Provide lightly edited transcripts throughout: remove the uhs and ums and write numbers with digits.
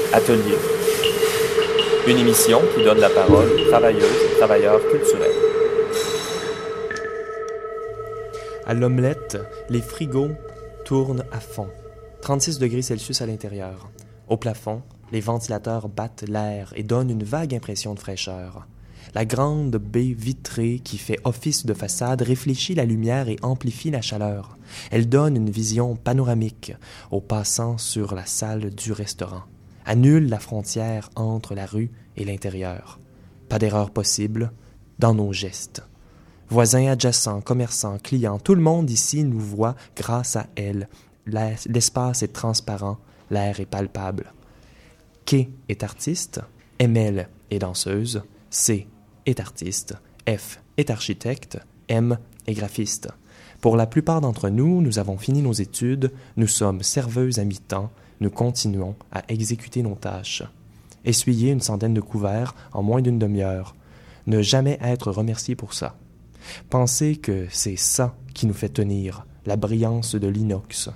Atelier. Une émission qui donne la parole aux travailleuses et travailleurs culturels. À l'omelette, les frigos tournent à fond. 36 degrés Celsius à l'intérieur. Au plafond, les ventilateurs battent l'air et donnent une vague impression de fraîcheur. La grande baie vitrée qui fait office de façade réfléchit la lumière et amplifie la chaleur. Elle donne une vision panoramique aux passants sur la salle du restaurant. Annule la frontière entre la rue et l'intérieur. Pas d'erreur possible dans nos gestes. Voisins adjacents, commerçants, clients, tout le monde ici nous voit grâce à elle. L'espace est transparent, l'air est palpable. K est artiste, ML est danseuse, C est artiste, F est architecte, M est graphiste. Pour la plupart d'entre nous, nous avons fini nos études, nous sommes serveuses à mi-temps, nous continuons à exécuter nos tâches. Essuyer une centaine de couverts en moins d'une demi-heure. Ne jamais être remercié pour ça. Penser que c'est ça qui nous fait tenir, la brillance de l'inox.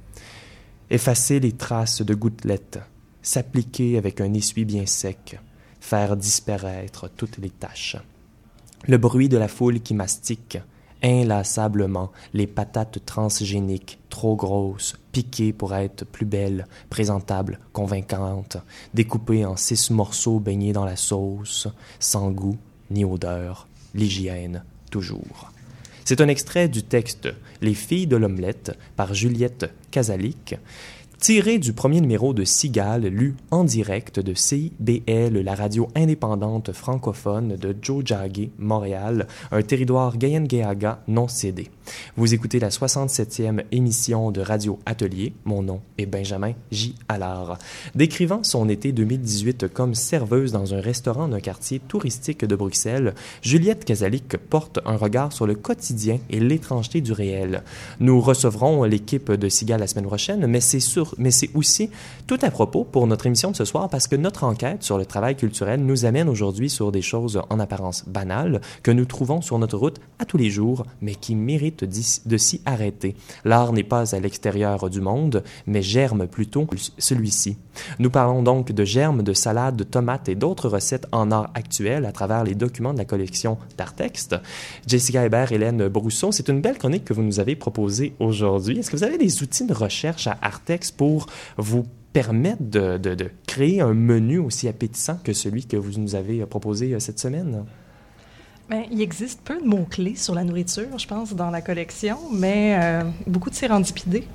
Effacer les traces de gouttelettes, s'appliquer avec un essuie bien sec, faire disparaître toutes les taches. Le bruit de la foule qui mastique, inlassablement, les patates transgéniques, trop grosses, piquées pour être plus belles, présentables, convaincantes, découpées en 6 morceaux baignés dans la sauce, sans goût ni odeur, l'hygiène toujours. C'est un extrait du texte « Les filles de l'omelette » par Juliette Casalic, tiré du premier numéro de Cigale, lu en direct de CIBL, la radio indépendante francophone de Tiohtià:ke, Montréal, un territoire Kanien'kehá:ka non cédé. Vous écoutez la 67e émission de Radio Atelier. Mon nom est Benjamin J. Allard. Décrivant son été 2018 comme serveuse dans un restaurant d'un quartier touristique de Bruxelles, Juliette Casalic porte un regard sur le quotidien et l'étrangeté du réel. Nous recevrons l'équipe de Cigale la semaine prochaine, mais c'est aussi tout à propos pour notre émission de ce soir parce que notre enquête sur le travail culturel nous amène aujourd'hui sur des choses en apparence banales que nous trouvons sur notre route à tous les jours, mais qui méritent de s'y arrêter. L'art n'est pas à l'extérieur du monde, mais germe plutôt celui-ci. Nous parlons donc de germes, de salades, de tomates et d'autres recettes en art actuel à travers les documents de la collection d'Artexte. Jessica Hébert, Hélène Brousseau, c'est une belle chronique que vous nous avez proposée aujourd'hui. Est-ce que vous avez des outils de recherche à Artexte pour vous permettre de créer un menu aussi appétissant que celui que vous nous avez proposé cette semaine? Bien, il existe peu de mots-clés sur la nourriture, je pense, dans la collection, mais beaucoup de sérendipité.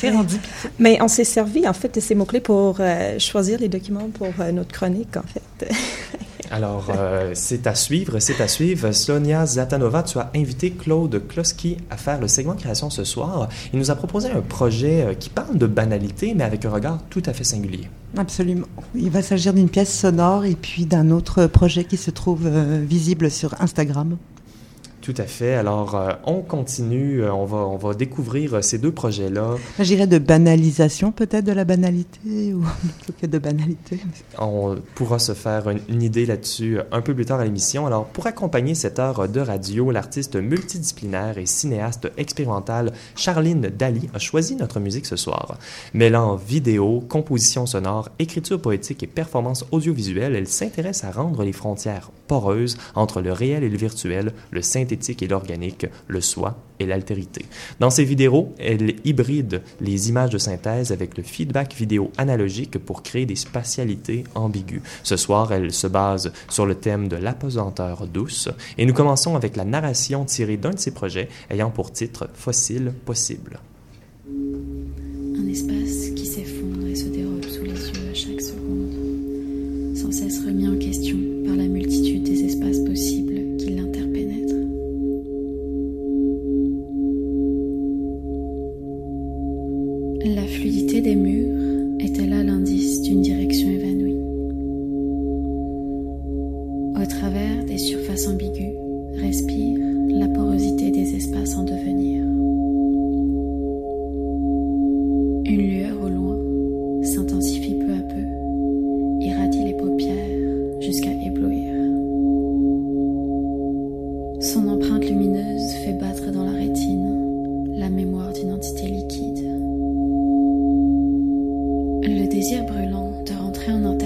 Mais on s'est servi, en fait, de ces mots-clés pour choisir les documents pour notre chronique, en fait. Alors, c'est à suivre. Sonia Zatanova, tu as invité Claude Kloski à faire le segment de création ce soir. Il nous a proposé un projet qui parle de banalité, mais avec un regard tout à fait singulier. Absolument. Il va s'agir d'une pièce sonore et puis d'un autre projet qui se trouve visible sur Instagram. Tout à fait. Alors, on continue. On va découvrir ces deux projets-là. Je dirais de banalisation, peut-être, de la banalité, ou plutôt que de banalité. On pourra se faire une idée là-dessus un peu plus tard à l'émission. Alors, pour accompagner cette heure de radio, l'artiste multidisciplinaire et cinéaste expérimentale Charline Dali a choisi notre musique ce soir. Mêlant vidéo, composition sonore, écriture poétique et performance audiovisuelle, elle s'intéresse à rendre les frontières poreuses entre le réel et le virtuel, le synthétique et l'organique, le soi et l'altérité. Dans ses vidéos, elle hybride les images de synthèse avec le feedback vidéo analogique pour créer des spatialités ambiguës. Ce soir, elle se base sur le thème de l'apesanteur douce et nous commençons avec la narration tirée d'un de ses projets ayant pour titre « Fossile possible ». Un espace qui s'effondre et se dérobe sous les yeux à chaque seconde, sans cesse remis en question par la multitude des espaces possibles qui l'interpénètrent. La fluidité des murs était là l'indice d'une direction évanouie. Au travers des surfaces ambiguës, respire la porosité des espaces en devenir. Une lueur au loin s'intensifie peu à peu, irradie les paupières jusqu'à éblouir. Son empreinte lumineuse fait battre dans la rétine la mémoire d'une entité liquide. Le désir brûlant de rentrer en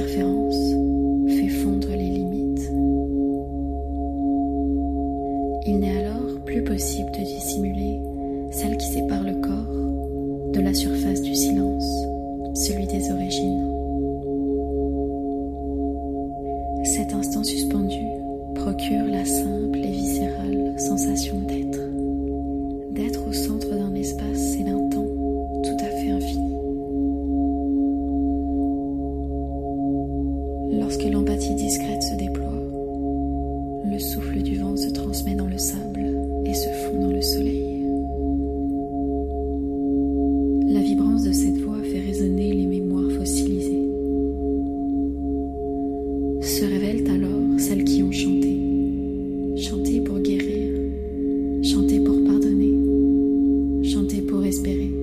de la surface du silence, celui des origines. Cet instant suspendu procure la simple et viscérale sensation d'être au centre d'un espace et d'un temps tout à fait infini. Lorsque l'empathie discrète se déploie, le souffle du vent se transmet dans le sable et se fond dans le soleil. La vibrance de cette voix fait résonner les mémoires fossilisées. Se révèlent alors celles qui ont chanté pour guérir, chanté pour pardonner, chanté pour espérer.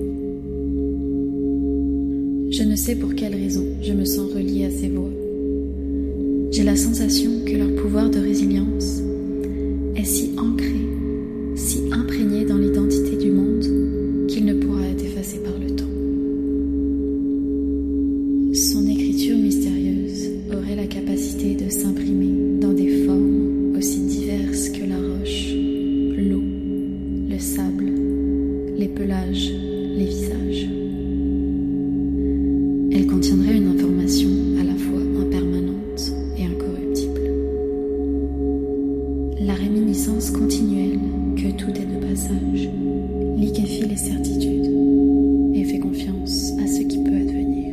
Je ne sais pour quelle raison je me sens reliée à ces voix. J'ai la sensation que leur pouvoir de résilience est si ancré, si imprégné dans l'identité du monde qu'il ne pourra être effacé par le temps. Son écriture mystérieuse aurait la capacité de s'imprimer dans des formes aussi diverses que la roche, l'eau, le sable, les pelages, les visages. Elle contiendrait une information à la fois impermanente et incorruptible. La réminiscence continuelle que tout est de passage liquéfie les certitudes et fait confiance à ce qui peut advenir.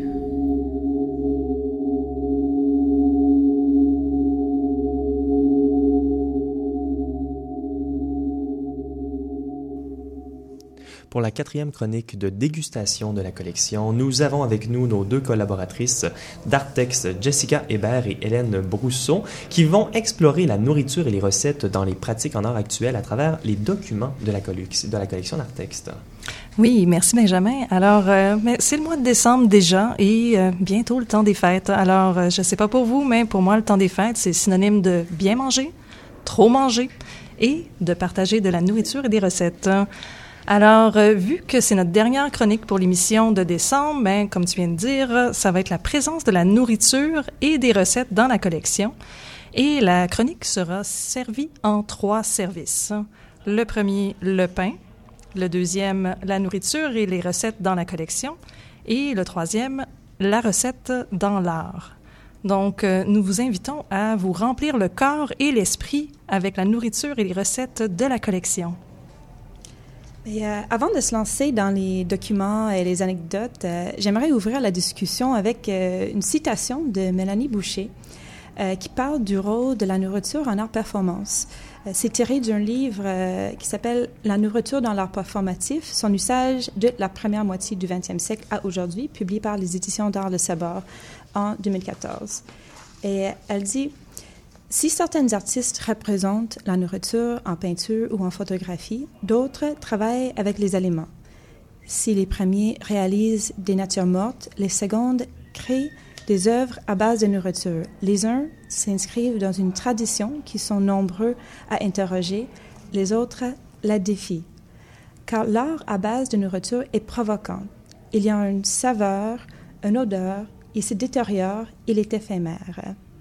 Pour la 4e chronique de dégustation de la collection, nous avons avec nous nos 2 collaboratrices d'Artex, Jessica Hébert et Hélène Brousseau, qui vont explorer la nourriture et les recettes dans les pratiques en art actuel à travers les documents de la collection d'Artex. Oui, merci Benjamin. Alors, c'est le mois de décembre déjà et bientôt le temps des fêtes. Alors, je ne sais pas pour vous, mais pour moi, le temps des fêtes, c'est synonyme de bien manger, trop manger et de partager de la nourriture et des recettes. Alors, vu que c'est notre dernière chronique pour l'émission de décembre, ben, comme tu viens de dire, ça va être la présence de la nourriture et des recettes dans la collection. Et la chronique sera servie en 3 services. Le premier, le pain. Le deuxième, la nourriture et les recettes dans la collection. Et le troisième, la recette dans l'art. Donc, nous vous invitons à vous remplir le corps et l'esprit avec la nourriture et les recettes de la collection. Et, avant de se lancer dans les documents et les anecdotes, j'aimerais ouvrir la discussion avec une citation de Mélanie Boucher qui parle du rôle de la nourriture en art performance. C'est tiré d'un livre qui s'appelle « La nourriture dans l'art performatif, son usage de la première moitié du 20e siècle à aujourd'hui », publié par les éditions d'Art Le Sabord en 2014. Et elle dit « Si certains artistes représentent la nourriture en peinture ou en photographie, d'autres travaillent avec les aliments. Si les premiers réalisent des natures mortes, les secondes créent des œuvres à base de nourriture. Les uns s'inscrivent dans une tradition qui sont nombreux à interroger, les autres la défient. Car l'art à base de nourriture est provoquant. Il y a une saveur, une odeur, il se détériore, il est éphémère. »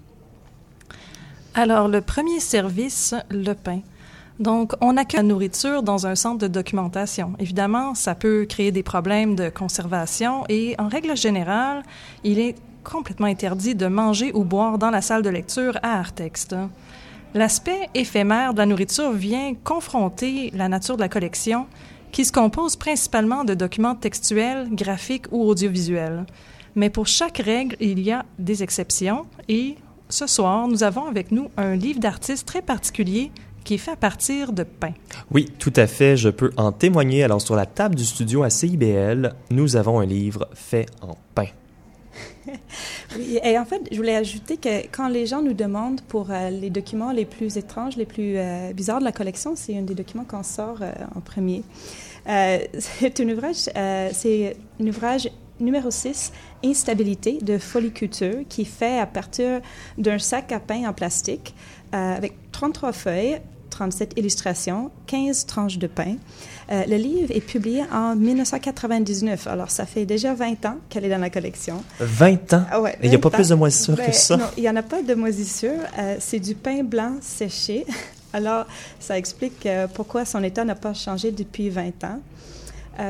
Alors, le premier service, le pain. Donc, on accueille la nourriture dans un centre de documentation. Évidemment, ça peut créer des problèmes de conservation et, en règle générale, il est complètement interdit de manger ou boire dans la salle de lecture à Artex. L'aspect éphémère de la nourriture vient confronter la nature de la collection, qui se compose principalement de documents textuels, graphiques ou audiovisuels. Mais pour chaque règle, il y a des exceptions et ce soir, nous avons avec nous un livre d'artiste très particulier qui est fait à partir de pain. Oui, tout à fait. Je peux en témoigner. Alors, sur la table du studio à CIBL, nous avons un livre fait en pain. Oui, et en fait, je voulais ajouter que quand les gens nous demandent pour les documents les plus étranges, les plus bizarres de la collection, c'est un des documents qu'on sort en premier. C'est un ouvrage numéro 6, Instabilité de Folie Couture, qui est fait à partir d'un sac à pain en plastique avec 33 feuilles, 37 illustrations, 15 tranches de pain. Le livre est publié en 1999, alors ça fait déjà 20 ans qu'elle est dans la collection. 20 ans? Ah ouais, il n'y a pas plus de moisissure que ça? Non, il n'y en a pas de moisissure. C'est du pain blanc séché. Alors, ça explique pourquoi son état n'a pas changé depuis 20 ans.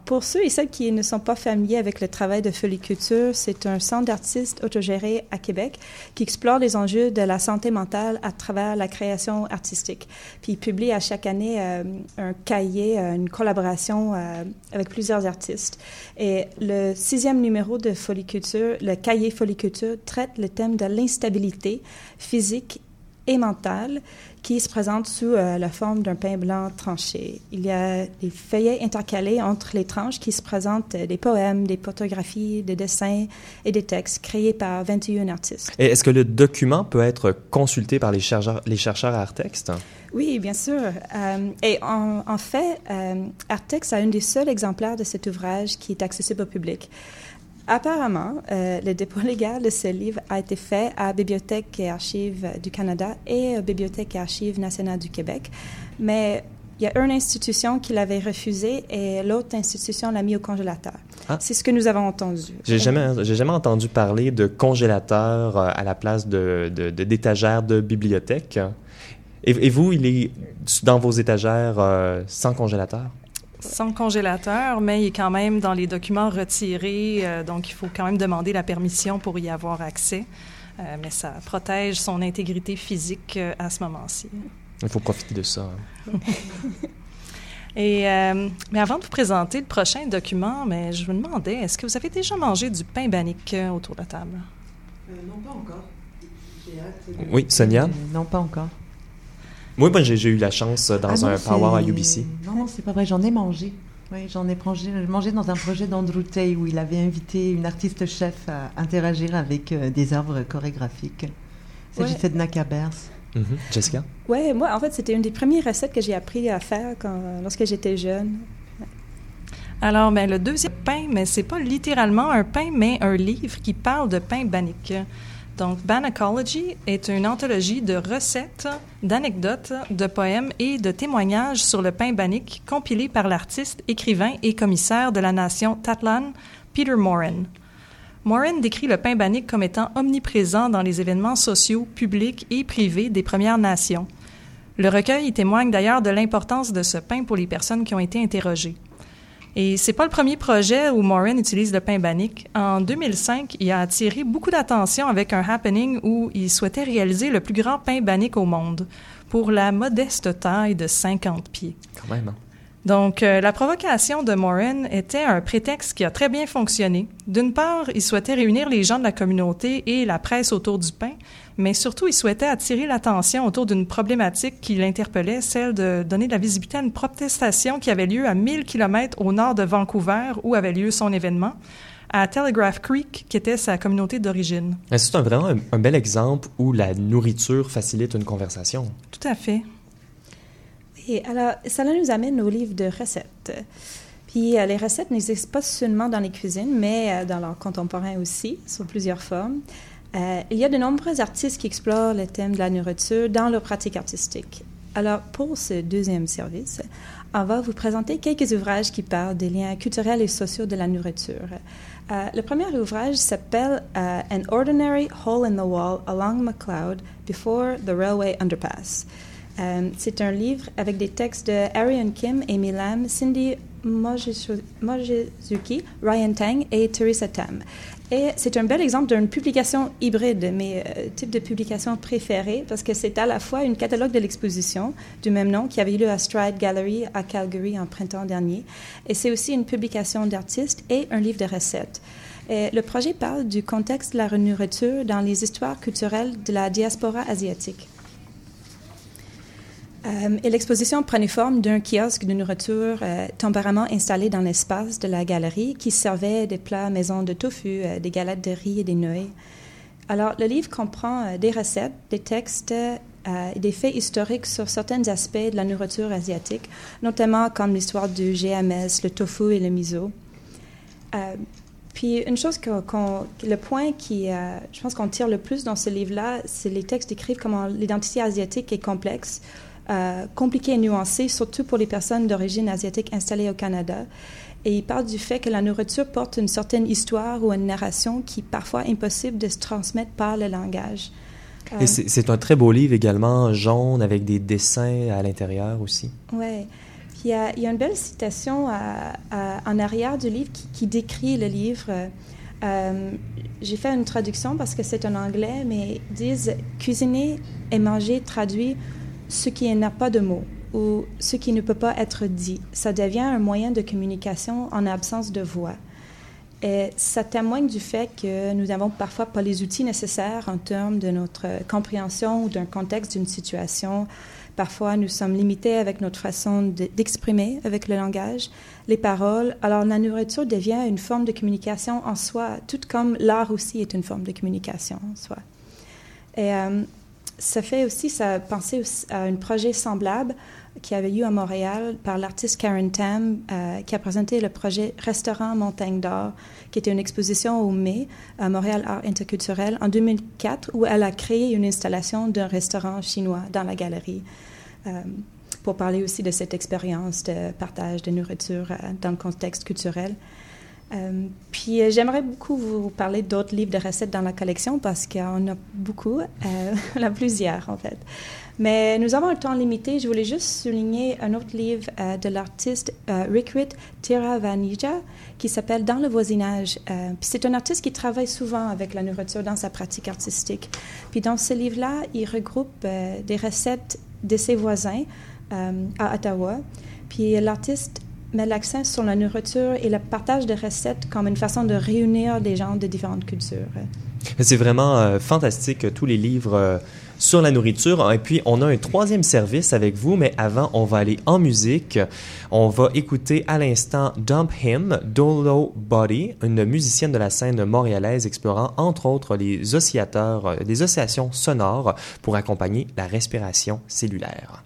pour ceux et celles qui ne sont pas familiers avec le travail de Foliculture, c'est un centre d'artistes autogéré à Québec qui explore les enjeux de la santé mentale à travers la création artistique. Puis il publie à chaque année un cahier, une collaboration avec plusieurs artistes. Et le 6e numéro de Foliculture, le cahier Foliculture, traite le thème de l'instabilité physique et mentale qui se présente sous la forme d'un pain blanc tranché. Il y a des feuillets intercalés entre les tranches qui se présentent des poèmes, des photographies, des dessins et des textes créés par 21 artistes. Et est-ce que le document peut être consulté par les chercheurs à Artexte? Oui, bien sûr. Et en fait, Artexte a un des seuls exemplaires de cet ouvrage qui est accessible au public. Apparemment, le dépôt légal de ce livre a été fait à Bibliothèque et Archives du Canada et à Bibliothèque et Archives nationales du Québec, mais il y a une institution qui l'avait refusé et l'autre institution l'a mis au congélateur. Ah. C'est ce que nous avons entendu. J'ai jamais entendu parler de congélateur à la place d'étagère de bibliothèque. Et vous, il est dans vos étagères sans congélateur? Sans congélateur, mais il est quand même dans les documents retirés, donc il faut quand même demander la permission pour y avoir accès. Mais ça protège son intégrité physique à ce moment-ci. Il faut profiter de ça. Mais avant de vous présenter le prochain document, mais je me demandais, est-ce que vous avez déjà mangé du pain bannique autour de la table? Non, pas encore. Oui, Sonia? Non, pas encore. Moi, j'ai eu la chance dans un powwow à UBC. Non, c'est pas vrai, j'en ai mangé. Oui, j'en ai mangé dans un projet d'Andrew Tay où il avait invité une artiste chef à interagir avec des œuvres chorégraphiques. Il s'agissait de Nakabers. Mm-hmm. Jessica? Oui, moi, en fait, c'était une des premières recettes que j'ai appris à faire lorsque j'étais jeune. Alors, le deuxième pain, mais c'est pas littéralement un pain, mais un livre qui parle de pain bannique. Donc, Bannockology est une anthologie de recettes, d'anecdotes, de poèmes et de témoignages sur le pain bannique compilés par l'artiste, écrivain et commissaire de la nation Tatlan, Peter Morin. Morin décrit le pain bannique comme étant omniprésent dans les événements sociaux, publics et privés des Premières Nations. Le recueil témoigne d'ailleurs de l'importance de ce pain pour les personnes qui ont été interrogées. Et c'est pas le premier projet où Morin utilise le pain bannique. En 2005, il a attiré beaucoup d'attention avec un happening où il souhaitait réaliser le plus grand pain bannique au monde, pour la modeste taille de 50 pieds. Quand même, hein? Donc, la provocation de Morin était un prétexte qui a très bien fonctionné. D'une part, il souhaitait réunir les gens de la communauté et la presse autour du pain, mais surtout, il souhaitait attirer l'attention autour d'une problématique qui l'interpellait, celle de donner de la visibilité à une protestation qui avait lieu à 1000 km au nord de Vancouver, où avait lieu son événement, à Telegraph Creek, qui était sa communauté d'origine. C'est vraiment un bel exemple où la nourriture facilite une conversation. Tout à fait. Et alors, cela nous amène au livre de recettes. Puis, les recettes n'existent pas seulement dans les cuisines, mais dans l'art contemporain aussi, sous plusieurs formes. Il y a de nombreux artistes qui explorent le thème de la nourriture dans leur pratique artistique. Alors, pour ce deuxième service, on va vous présenter quelques ouvrages qui parlent des liens culturels et sociaux de la nourriture. Le premier ouvrage s'appelle « An Ordinary Hole in the Wall Along McLeod Before the Railway Underpass ». C'est un livre avec des textes de Arian Kim, Amy Lam, Cindy Mojizuki, Ryan Tang et Teresa Tam. Et c'est un bel exemple d'une publication hybride, mes types de publications préférées, parce que c'est à la fois une catalogue de l'exposition du même nom qui avait eu lieu à Stride Gallery à Calgary en printemps dernier, et c'est aussi une publication d'artistes et un livre de recettes. Et le projet parle du contexte de la nourriture dans les histoires culturelles de la diaspora asiatique. Et l'exposition prenait forme d'un kiosque de nourriture temporairement installé dans l'espace de la galerie qui servait des plats maison de tofu, des galettes de riz et des nouilles. Alors, le livre comprend des recettes, des textes et des faits historiques sur certains aspects de la nourriture asiatique, notamment comme l'histoire du GMS, le tofu et le miso. Puis, une chose le point qui, je pense qu'on tire le plus dans ce livre-là, c'est les textes décrivent comment l'identité asiatique est complexe, compliqué et nuancé, surtout pour les personnes d'origine asiatique installées au Canada. Et il parle du fait que la nourriture porte une certaine histoire ou une narration qui est parfois impossible de se transmettre par le langage. Et c'est un très beau livre également, jaune, avec des dessins à l'intérieur aussi. Oui. Puis il y a une belle citation en arrière du livre qui décrit le livre. J'ai fait une traduction parce que c'est en anglais, mais ils disent « Cuisiner et manger traduit ce qui n'a pas de mots ou ce qui ne peut pas être dit. Ça devient un moyen de communication en absence de voix. » Et ça témoigne du fait que nous n'avons parfois pas les outils nécessaires en termes de notre compréhension ou d'un contexte d'une situation. Parfois, nous sommes limités avec notre façon d'exprimer avec le langage, les paroles. Alors, la nourriture devient une forme de communication en soi, tout comme l'art aussi est une forme de communication en soi. Et ça penser aussi à un projet semblable qui avait eu à Montréal par l'artiste Karen Tam, qui a présenté le projet Restaurant Montagne d'Or, qui était une exposition au mai à Montréal Art Interculturel en 2004, où elle a créé une installation d'un restaurant chinois dans la galerie, pour parler aussi de cette expérience de partage de nourriture dans le contexte culturel. Puis j'aimerais beaucoup vous parler d'autres livres de recettes dans la collection parce qu'on a beaucoup, on a plusieurs en fait. Mais nous avons un temps limité. Je voulais juste souligner un autre livre de l'artiste Rikrit Tiravanija qui s'appelle « Dans le voisinage ». Puis c'est un artiste qui travaille souvent avec la nourriture dans sa pratique artistique. Puis dans ce livre-là, il regroupe des recettes de ses voisins à Ottawa. Puis l'artiste met l'accent sur la nourriture et le partage de recettes comme une façon de réunir des gens de différentes cultures. C'est vraiment fantastique, tous les livres sur la nourriture. Et puis, on a un troisième service avec vous, mais avant, on va aller en musique. On va écouter à l'instant Dump Him, Dolo Body, une musicienne de la scène montréalaise explorant, entre autres, les oscillations sonores pour accompagner la respiration cellulaire.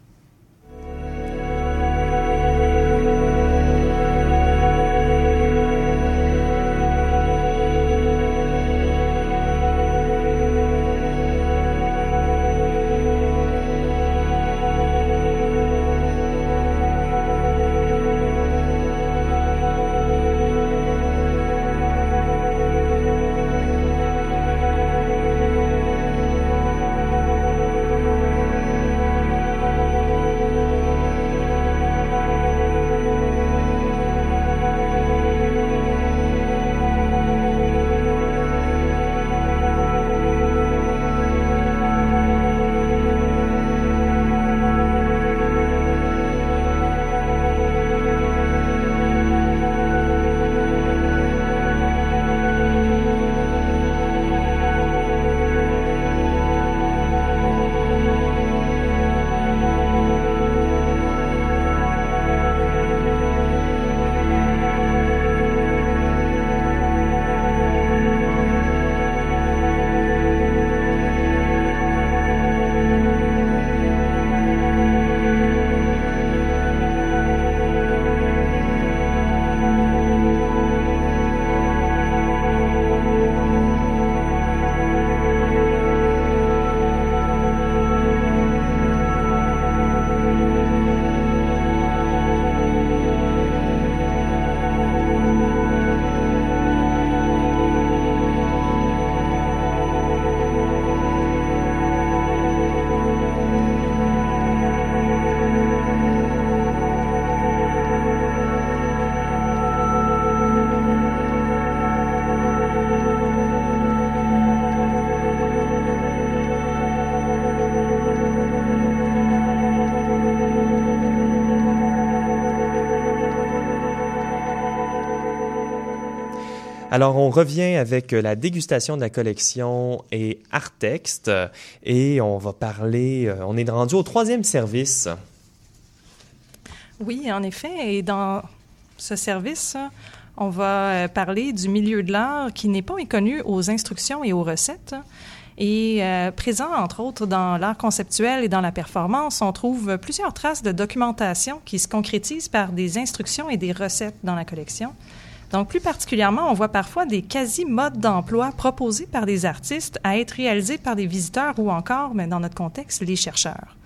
Alors, on revient avec la dégustation de la collection et Artexte et on va parler, on est rendu au troisième service. Oui, en effet, et dans ce service, on va parler du milieu de l'art qui n'est pas inconnu aux instructions et aux recettes. Et présent, entre autres, dans l'art conceptuel et dans la performance, on trouve plusieurs traces de documentation qui se concrétisent par des instructions et des recettes dans la collection. Donc, plus particulièrement, on voit parfois des quasi-modes d'emploi proposés par des artistes à être réalisés par des visiteurs ou encore, mais dans notre contexte, les chercheurs.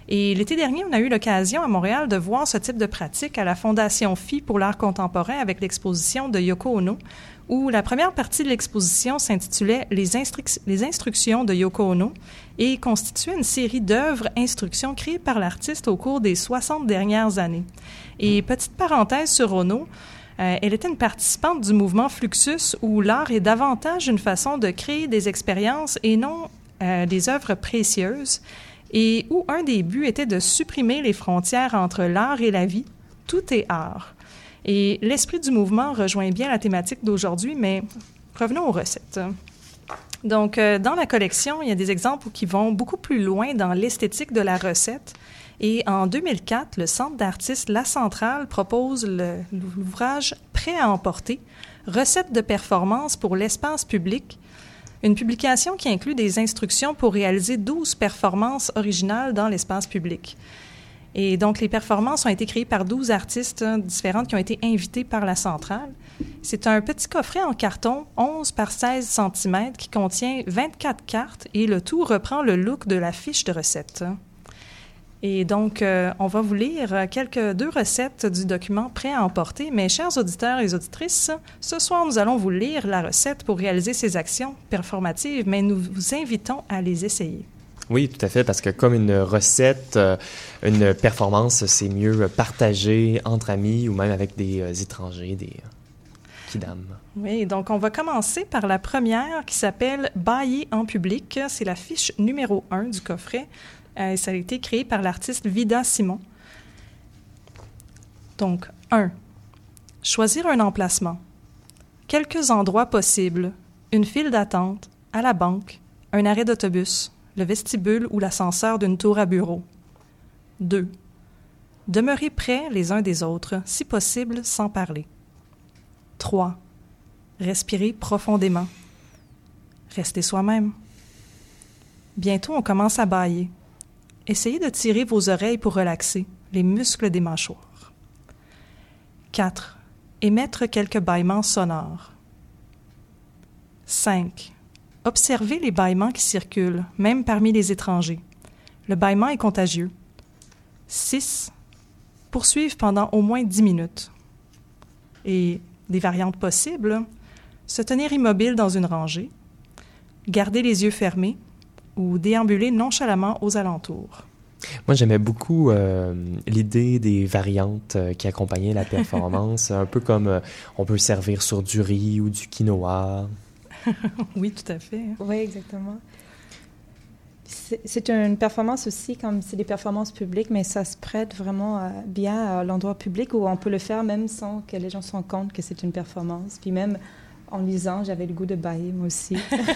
Et l'été dernier, on a eu l'occasion à Montréal de voir ce type de pratique à la Fondation Phi pour l'art contemporain avec l'exposition de Yoko Ono, où la première partie de l'exposition s'intitulait « Les instructions de Yoko Ono » et constituait une série d'œuvres instructions créées par l'artiste au cours des 60 dernières années. Et petite parenthèse sur Ono, elle était une participante du mouvement Fluxus où l'art est davantage une façon de créer des expériences et non des œuvres précieuses, et où un des buts était de supprimer les frontières entre l'art et la vie. Tout est art. Et l'esprit du mouvement rejoint bien la thématique d'aujourd'hui, mais revenons aux recettes. Donc, dans la collection, il y a des exemples qui vont beaucoup plus loin dans l'esthétique de la recette. Et en 2004, le Centre d'artistes La Centrale propose l'ouvrage « Prêt à emporter, recettes de performance pour l'espace public », une publication qui inclut des instructions pour réaliser 12 performances originales dans l'espace public. Et donc, les performances ont été créées par 12 artistes différentes qui ont été invités par la Centrale. C'est un petit coffret en carton, 11 par 16 cm, qui contient 24 cartes et le tout reprend le look de la fiche de recette. Et donc, on va vous lire deux recettes du document Prêt à emporter. Mais, chers auditeurs et auditrices, ce soir, nous allons vous lire la recette pour réaliser ces actions performatives, mais nous vous invitons à les essayer. Oui, tout à fait, parce que comme une recette, une performance, c'est mieux partagée entre amis ou même avec des étrangers, des kidam. Oui, donc on va commencer par la première qui s'appelle « Bailler en public ». C'est la fiche numéro 1 du coffret. Ça a été créé par l'artiste Vida Simon. Donc, 1. Choisir un emplacement. Quelques endroits possibles. Une file d'attente, à la banque, un arrêt d'autobus, le vestibule ou l'ascenseur d'une tour à bureau. 2. Demeurer près les uns des autres, si possible sans parler. 3. Respirer profondément. Rester soi-même. Bientôt, on commence à bâiller. Essayez de tirer vos oreilles pour relaxer les muscles des mâchoires. 4. Émettre quelques bâillements sonores. 5. Observez les bâillements qui circulent, même parmi les étrangers. Le bâillement est contagieux. 6. Poursuivre pendant au moins 10 minutes. Et des variantes possibles, se tenir immobile dans une rangée, garder les yeux fermés, ou déambuler nonchalamment aux alentours. Moi, j'aimais beaucoup l'idée des variantes qui accompagnaient la performance, un peu comme on peut servir sur du riz ou du quinoa. Oui, tout à fait. Oui, exactement. C'est une performance aussi, comme c'est des performances publiques, mais ça se prête vraiment bien à l'endroit public où on peut le faire même sans que les gens se rendent compte que c'est une performance. Puis même en lisant, j'avais le goût de bailler, moi aussi.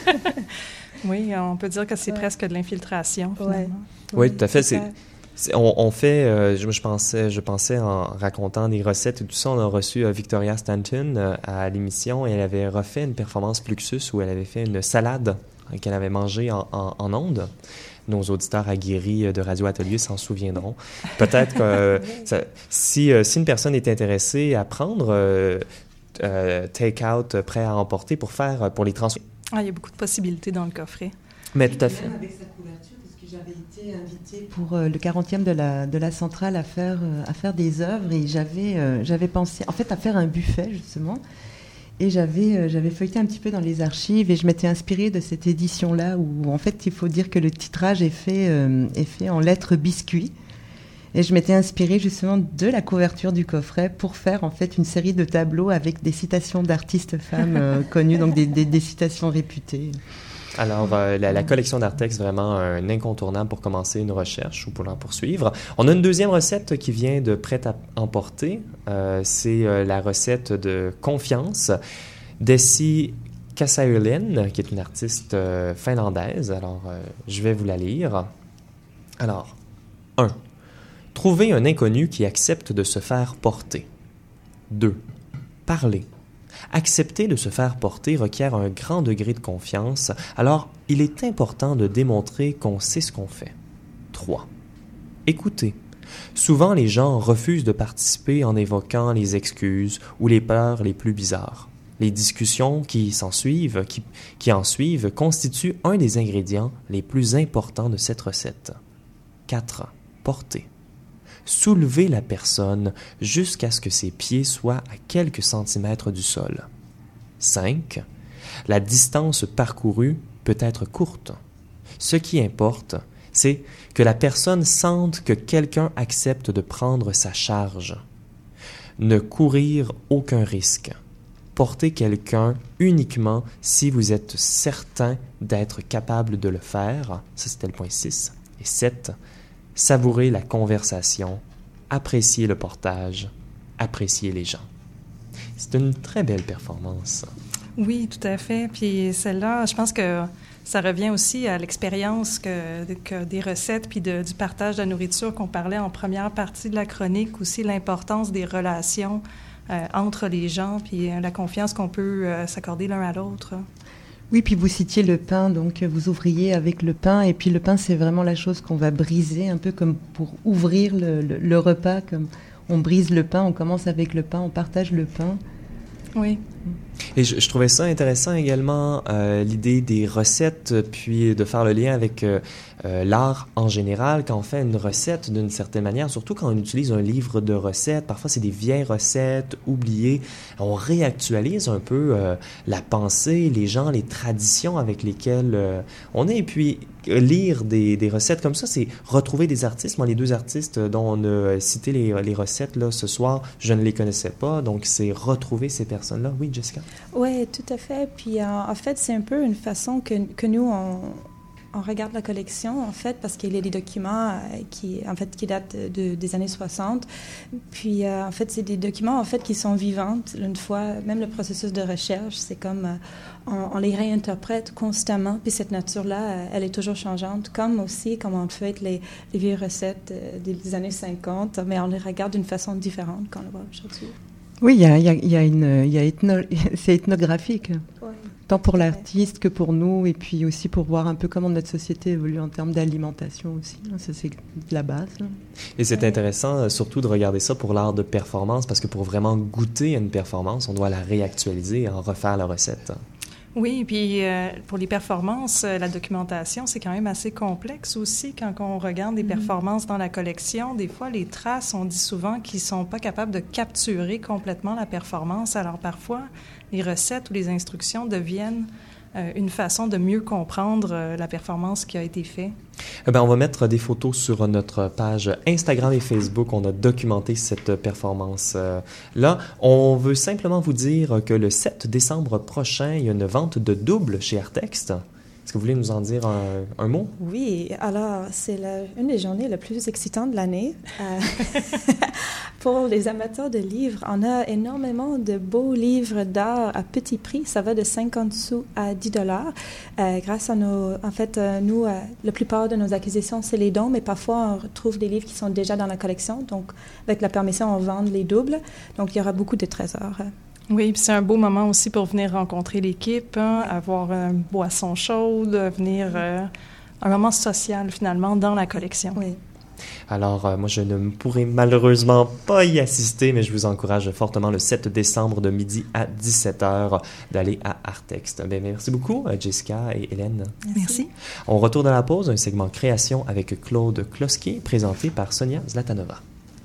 Oui, on peut dire que c'est presque de l'infiltration, finalement. Oui, tout à fait. On fait, je pensais en racontant des recettes et tout ça, on a reçu Victoria Stanton à l'émission et elle avait refait une performance Fluxus où elle avait fait une salade qu'elle avait mangée en ondes. Nos auditeurs aguerris de Radio Atelier s'en souviendront. Peut-être que si une personne est intéressée à prendre take-out prêt à emporter pour les transformer. Il y a beaucoup de possibilités dans le coffret. Mais tout à fait. Même avec sa couverture, parce que j'avais été invitée pour le 40e de la Centrale à faire des œuvres et j'avais pensé en fait à faire un buffet justement et j'avais feuilleté un petit peu dans les archives et je m'étais inspirée de cette édition-là où en fait il faut dire que le titrage est fait en lettres biscuits. Et je m'étais inspirée justement de la couverture du coffret pour faire en fait une série de tableaux avec des citations d'artistes femmes connues, donc des citations réputées. Alors, la collection d'Artex, vraiment un incontournable pour commencer une recherche ou pour l'en poursuivre. On a une deuxième recette qui vient de Prêt à emporter. C'est la recette de Confiance d'Essi Kasaulén, qui est une artiste finlandaise. Alors, je vais vous la lire. Alors, 1. Trouver un inconnu qui accepte de se faire porter. 2. Parler. Accepter de se faire porter requiert un grand degré de confiance, alors il est important de démontrer qu'on sait ce qu'on fait. 3. Écouter. Souvent, les gens refusent de participer en évoquant les excuses ou les peurs les plus bizarres. Les discussions qui en suivent constituent un des ingrédients les plus importants de cette recette. 4. porter. Soulevez la personne jusqu'à ce que ses pieds soient à quelques centimètres du sol. 5. La distance parcourue peut être courte. Ce qui importe, c'est que la personne sente que quelqu'un accepte de prendre sa charge. Ne courir aucun risque. Portez quelqu'un uniquement si vous êtes certain d'être capable de le faire. Ça, c'était le point 6. Et 7. Savourez la conversation, appréciez le portage, appréciez les gens. C'est une très belle performance. Oui, tout à fait. Puis celle-là, je pense que ça revient aussi à l'expérience que des recettes puis du partage de la nourriture qu'on parlait en première partie de la chronique, aussi l'importance des relations entre les gens puis la confiance qu'on peut s'accorder l'un à l'autre. Oui, puis vous citiez le pain, donc vous ouvriez avec le pain, et puis le pain, c'est vraiment la chose qu'on va briser, un peu comme pour ouvrir le repas, comme on brise le pain, on commence avec le pain, on partage le pain. Oui. Et je trouvais ça intéressant également, l'idée des recettes, puis de faire le lien avec l'art en général. Quand on fait une recette d'une certaine manière, surtout quand on utilise un livre de recettes, parfois c'est des vieilles recettes oubliées, on réactualise un peu la pensée, les gens, les traditions avec lesquelles on est. Et puis lire des recettes comme ça, c'est retrouver des artistes. Moi, les 2 artistes dont on a cité les recettes là, ce soir, je ne les connaissais pas, donc c'est retrouver ces personnes-là. Oui, Jessica? Oui, tout à fait. Puis en fait, c'est un peu une façon que nous, on regarde la collection, en fait, parce qu'il y a des documents qui datent des années 60. Puis, en fait, c'est des documents, en fait, qui sont vivants. Une fois, même le processus de recherche, c'est comme on les réinterprète constamment. Puis cette nature-là, elle est toujours changeante, comme aussi, comme on fait les vieilles recettes des années 50, mais on les regarde d'une façon différente quand on le voit aujourd'hui. Oui, c'est ethnographique. Ouais. Tant pour l'artiste que pour nous, et puis aussi pour voir un peu comment notre société évolue en termes d'alimentation aussi. Ça, c'est la base. Et c'est intéressant, surtout, de regarder ça pour l'art de performance, parce que pour vraiment goûter à une performance, on doit la réactualiser et en refaire la recette. Oui, puis pour les performances, la documentation, c'est quand même assez complexe aussi. Quand on regarde des performances dans la collection, des fois, les traces, on dit souvent qu'ils ne sont pas capables de capturer complètement la performance. Alors parfois, les recettes ou les instructions deviennent une façon de mieux comprendre la performance qui a été faite. On va mettre des photos sur notre page Instagram et Facebook. On a documenté cette performance-là. On veut simplement vous dire que le 7 décembre prochain, il y a une vente de doubles chez Artexte. Est-ce que vous voulez nous en dire un mot? Oui, alors c'est une des journées les plus excitantes de l'année. Pour les amateurs de livres, on a énormément de beaux livres d'art à petit prix. Ça va de 50 sous à 10 $. Grâce à nous, la plupart de nos acquisitions, c'est les dons, mais parfois on retrouve des livres qui sont déjà dans la collection. Donc, avec la permission, on vend les doubles. Donc, il y aura beaucoup de trésors. Oui, puis c'est un beau moment aussi pour venir rencontrer l'équipe, avoir une boisson chaude, venir un moment social finalement dans la collection. Oui. Alors, moi, je ne pourrai malheureusement pas y assister, mais je vous encourage fortement le 7 décembre de midi à 17h d'aller à Artexte. Merci beaucoup, Jessica et Hélène. Merci. On retourne à la pause, un segment création avec Claude Kloski, présenté par Sonia Zlatanova.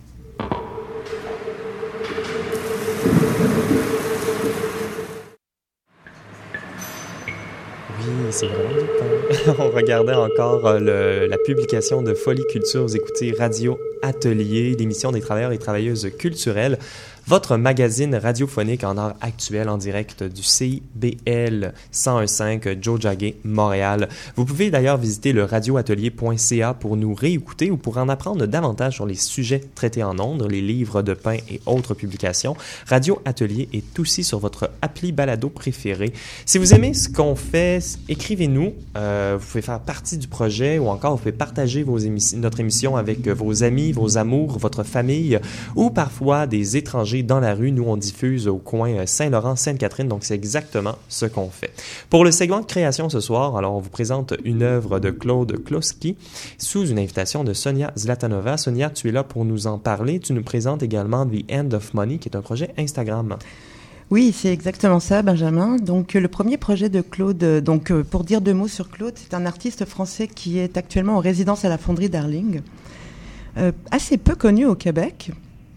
Oui, c'est vraiment du temps. On regardait encore la publication de Folie Culture. Vous écoutez Radio Atelier, l'émission des travailleurs et travailleuses culturelles. Votre magazine radiophonique en art actuel en direct du CIBL 101.5 Tiohtià:ke, Montréal. Vous pouvez d'ailleurs visiter le radioatelier.ca pour nous réécouter ou pour en apprendre davantage sur les sujets traités en ondes, les livres de pain et autres publications. Radio Atelier est aussi sur votre appli balado préféré. Si vous aimez ce qu'on fait, écrivez-nous. Vous pouvez faire partie du projet ou encore vous pouvez partager notre émission avec vos amis, vos amours, votre famille ou parfois des étrangers dans la rue. Nous, on diffuse au coin Saint-Laurent-Sainte-Catherine, donc c'est exactement ce qu'on fait. Pour le segment de création ce soir, alors on vous présente une œuvre de Claude Kloski sous une invitation de Sonia Zlatanova. Sonia, tu es là pour nous en parler. Tu nous présentes également The End of Money, qui est un projet Instagram. Oui, c'est exactement ça, Benjamin. Donc, le premier projet de Claude, pour dire 2 mots sur Claude, c'est un artiste français qui est actuellement en résidence à la Fonderie Darling. assez peu connu au Québec.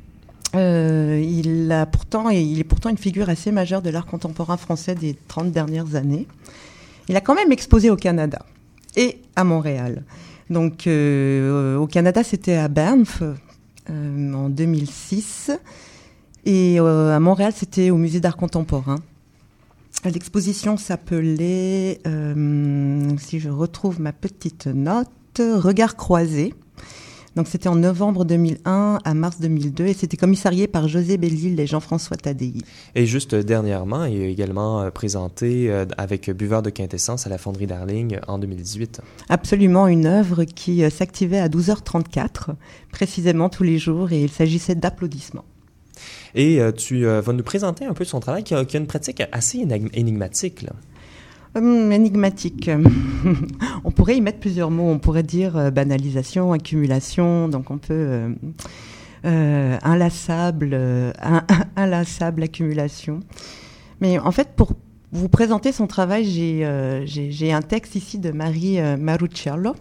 Il est pourtant une figure assez majeure de l'art contemporain français des 30 dernières années. Il a quand même exposé au Canada et à Montréal. Donc, au Canada, c'était à Banff en 2006. Et à Montréal, c'était au Musée d'art contemporain. L'exposition s'appelait, si je retrouve ma petite note, Regards croisés. Donc, c'était en novembre 2001 à mars 2002 et c'était commissarié par José Bellil et Jean-François Tadei. Et juste dernièrement, il est également présenté avec Buveur de quintessence à la Fonderie Darling en 2018. Absolument, une œuvre qui s'activait à 12h34, précisément tous les jours, et il s'agissait d'applaudissements. Et tu vas nous présenter un peu son travail qui a une pratique assez énigmatique, là. Énigmatique. On pourrait y mettre plusieurs mots. On pourrait dire banalisation, accumulation. Donc on peut inlassable accumulation. Mais en fait, pour vous présenter son travail, j'ai un texte ici de Marie Muraccioli.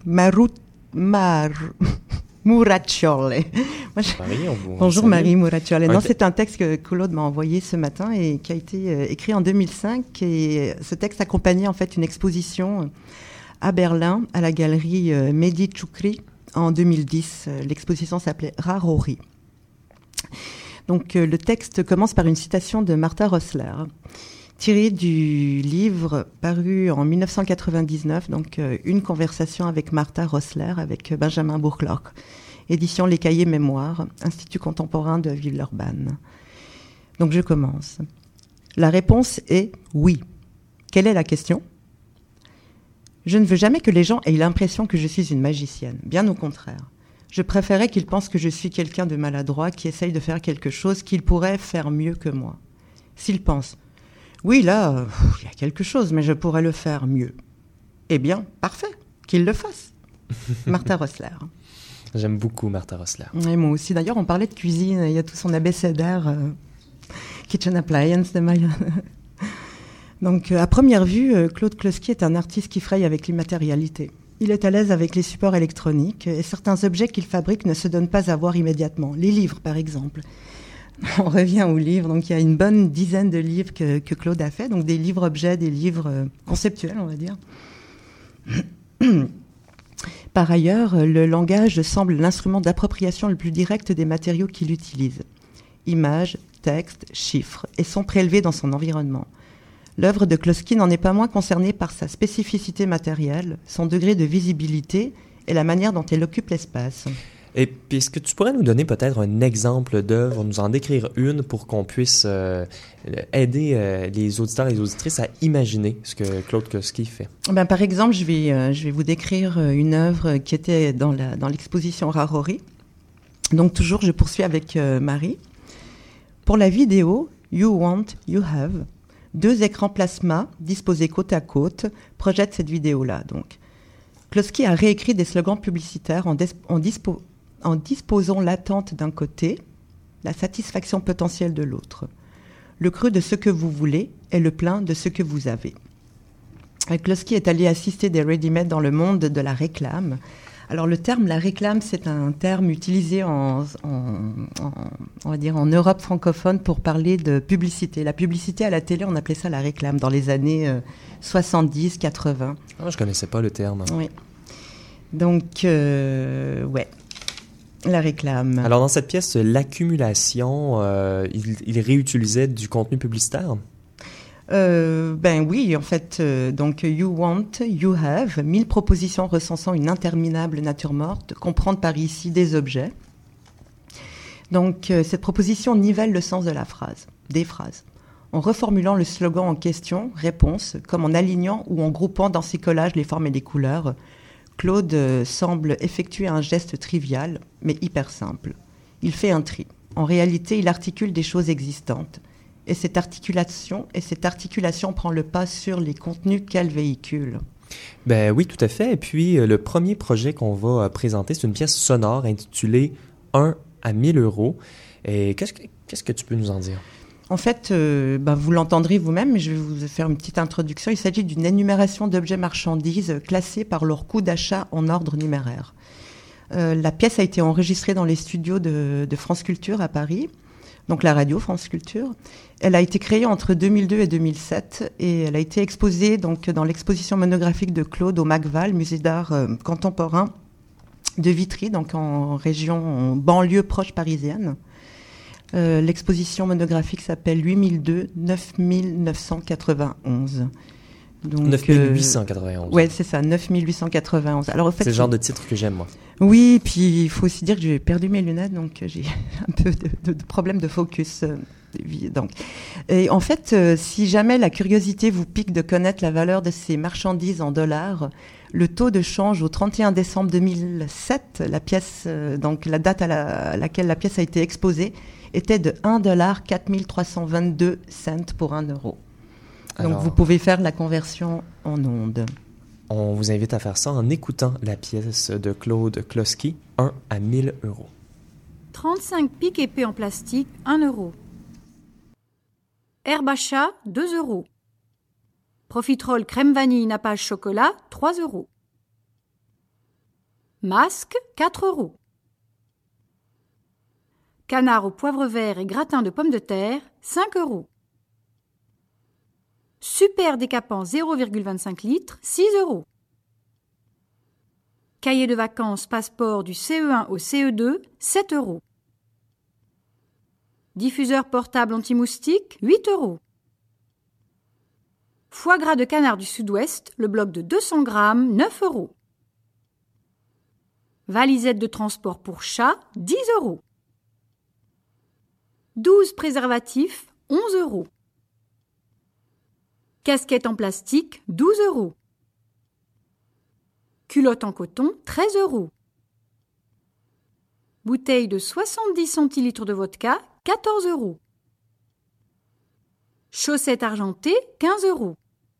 Muraccioli. Bonjour Marie Muraccioli. Non, c'est un texte que Claude m'a envoyé ce matin et qui a été écrit en 2005. Et ce texte accompagnait en fait une exposition à Berlin, à la galerie Mehdi Choukri en 2010. L'exposition s'appelait Rarori. Donc le texte commence par une citation de Martha Rosler, tirée du livre paru en 1999, donc Une conversation avec Martha Rosler, avec Benjamin Bourgloch, édition Les Cahiers Mémoires, Institut contemporain de Villeurbanne. Donc je commence. La réponse est oui. Quelle est la question ? Je ne veux jamais que les gens aient l'impression que je suis une magicienne, bien au contraire. Je préférais qu'ils pensent que je suis quelqu'un de maladroit qui essaye de faire quelque chose qu'il pourrait faire mieux que moi. S'ils pensent oui, là, il y a quelque chose, mais je pourrais le faire mieux. Eh bien, parfait, qu'il le fasse. Martha Rosler. J'aime beaucoup Martha Rosler. Et moi aussi. D'ailleurs, on parlait de cuisine. Il y a tout son abécédaire Kitchen Appliance de Maya. Donc, à première vue, Claude Klossky est un artiste qui fraye avec l'immatérialité. Il est à l'aise avec les supports électroniques et certains objets qu'il fabrique ne se donnent pas à voir immédiatement. Les livres, par exemple. On revient aux livres. Donc, il y a une bonne dizaine de livres que Claude a fait. Donc, des livres-objets, des livres conceptuels, on va dire. Par ailleurs, le langage semble l'instrument d'appropriation le plus direct des matériaux qu'il utilise. Images, textes, chiffres, et sont prélevés dans son environnement. L'œuvre de Klossky n'en est pas moins concernée par sa spécificité matérielle, son degré de visibilité et la manière dont elle occupe l'espace. Et puis, est-ce que tu pourrais nous donner peut-être un exemple d'œuvre, nous en décrire une pour qu'on puisse aider les auditeurs et les auditrices à imaginer ce que Claude Klossky fait? Ben, par exemple, je vais vous décrire une œuvre qui était dans l'exposition Rarori. Donc toujours, je poursuis avec Marie. Pour la vidéo You Want, You Have, 2 écrans plasma disposés côte à côte projettent cette vidéo-là. Donc, Klossky a réécrit des slogans publicitaires en disposant l'attente d'un côté, la satisfaction potentielle de l'autre. Le creux de ce que vous voulez est le plein de ce que vous avez. Klossky est allé assister des ready-made dans le monde de la réclame. Alors le terme la réclame, c'est un terme utilisé on va dire en Europe francophone pour parler de publicité. La publicité à la télé, on appelait ça la réclame dans les années 70, 80. Ah, je connaissais pas le terme. Oui. Donc, ouais. La réclame. Alors, dans cette pièce, l'accumulation, il réutilisait du contenu publicitaire? Ben oui, en fait, donc You Want, You Have, 1000 propositions recensant une interminable nature morte, comprendre par ici des objets. Donc, cette proposition nivelle le sens de la phrase, des phrases, en reformulant le slogan en question, réponse, comme en alignant ou en groupant dans ses collages les formes et les couleurs. Claude semble effectuer un geste trivial, mais hyper simple. Il fait un tri. En réalité, il articule des choses existantes. Et cette articulation prend le pas sur les contenus qu'elle véhicule. Ben oui, tout à fait. Et puis, le premier projet qu'on va présenter, c'est une pièce sonore intitulée 1 à 1000 euros. Et qu'est-ce que tu peux nous en dire? En fait, vous l'entendrez vous-même, mais je vais vous faire une petite introduction. Il s'agit d'une énumération d'objets marchandises classés par leur coût d'achat en ordre numéraire. La pièce a été enregistrée dans les studios de France Culture à Paris, donc la radio France Culture. Elle a été créée entre 2002 et 2007 et elle a été exposée donc, dans l'exposition monographique de Claude au MACVAL, musée d'art contemporain de Vitry, donc en région, en banlieue proche parisienne. L'exposition monographique s'appelle 8002-9991. Donc, 9891. Ouais, c'est ça, 9891. Alors, en fait, c'est le genre de titre que j'aime, moi. Oui, puis il faut aussi dire que j'ai perdu mes lunettes, donc j'ai un peu de problème de focus. Donc, et en fait, si jamais la curiosité vous pique de connaître la valeur de ces marchandises en dollars, le taux de change au 31 décembre 2007, la pièce, donc la date à laquelle la pièce a été exposée, était de 1,4322 $ pour 1 euro. Donc, vous pouvez faire la conversion en ondes. On vous invite à faire ça en écoutant la pièce de Claude Kloski, 1 à 1000 euros. 35 pics épais en plastique, 1 euro. Herbe à chat, 2 euros. Profiterole crème vanille nappage chocolat, 3 euros. Masque, 4 euros. Canard au poivre vert et gratin de pommes de terre, 5 euros. Super décapant 0,25 litres, 6 euros. Cahier de vacances passeport du CE1 au CE2, 7 euros. Diffuseur portable anti-moustique, 8 euros. Foie gras de canard du Sud-Ouest, le bloc de 200 grammes, 9 euros. Valisette de transport pour chat, 10 euros. 12 préservatifs, 11 euros. Casquette en plastique, 12 euros. Culotte en coton, 13 euros. Bouteille de 70 centilitres de vodka, 14 euros. Chaussettes argentées, 15 euros.